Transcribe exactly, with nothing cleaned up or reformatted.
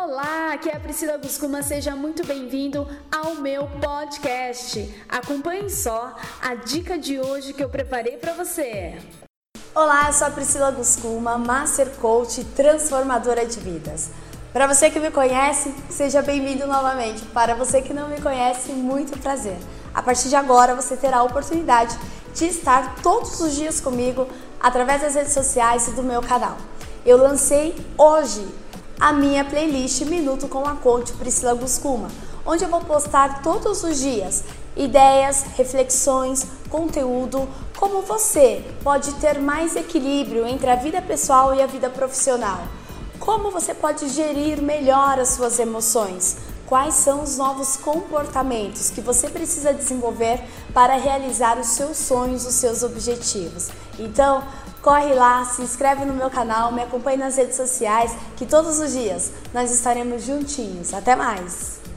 Olá, aqui é a Priscila Guscuma, seja muito bem-vindo ao meu podcast. Acompanhe só a dica de hoje que eu preparei para você. Olá, eu sou a Priscila Guscuma, Master Coach e transformadora de vidas. Para você que me conhece, seja bem-vindo novamente. Para você que não me conhece, muito prazer. A partir de agora, você terá a oportunidade de estar todos os dias comigo através das redes sociais e do meu canal. Eu lancei hoje a minha playlist Minuto com a Coach Priscila Guscuma, onde eu vou postar todos os dias ideias, reflexões, conteúdo, como você pode ter mais equilíbrio entre a vida pessoal e a vida profissional, como você pode gerir melhor as suas emoções, quais são os novos comportamentos que você precisa desenvolver para realizar os seus sonhos, os seus objetivos. Então, corre lá, se inscreve no meu canal, me acompanhe nas redes sociais, que todos os dias nós estaremos juntinhos. Até mais!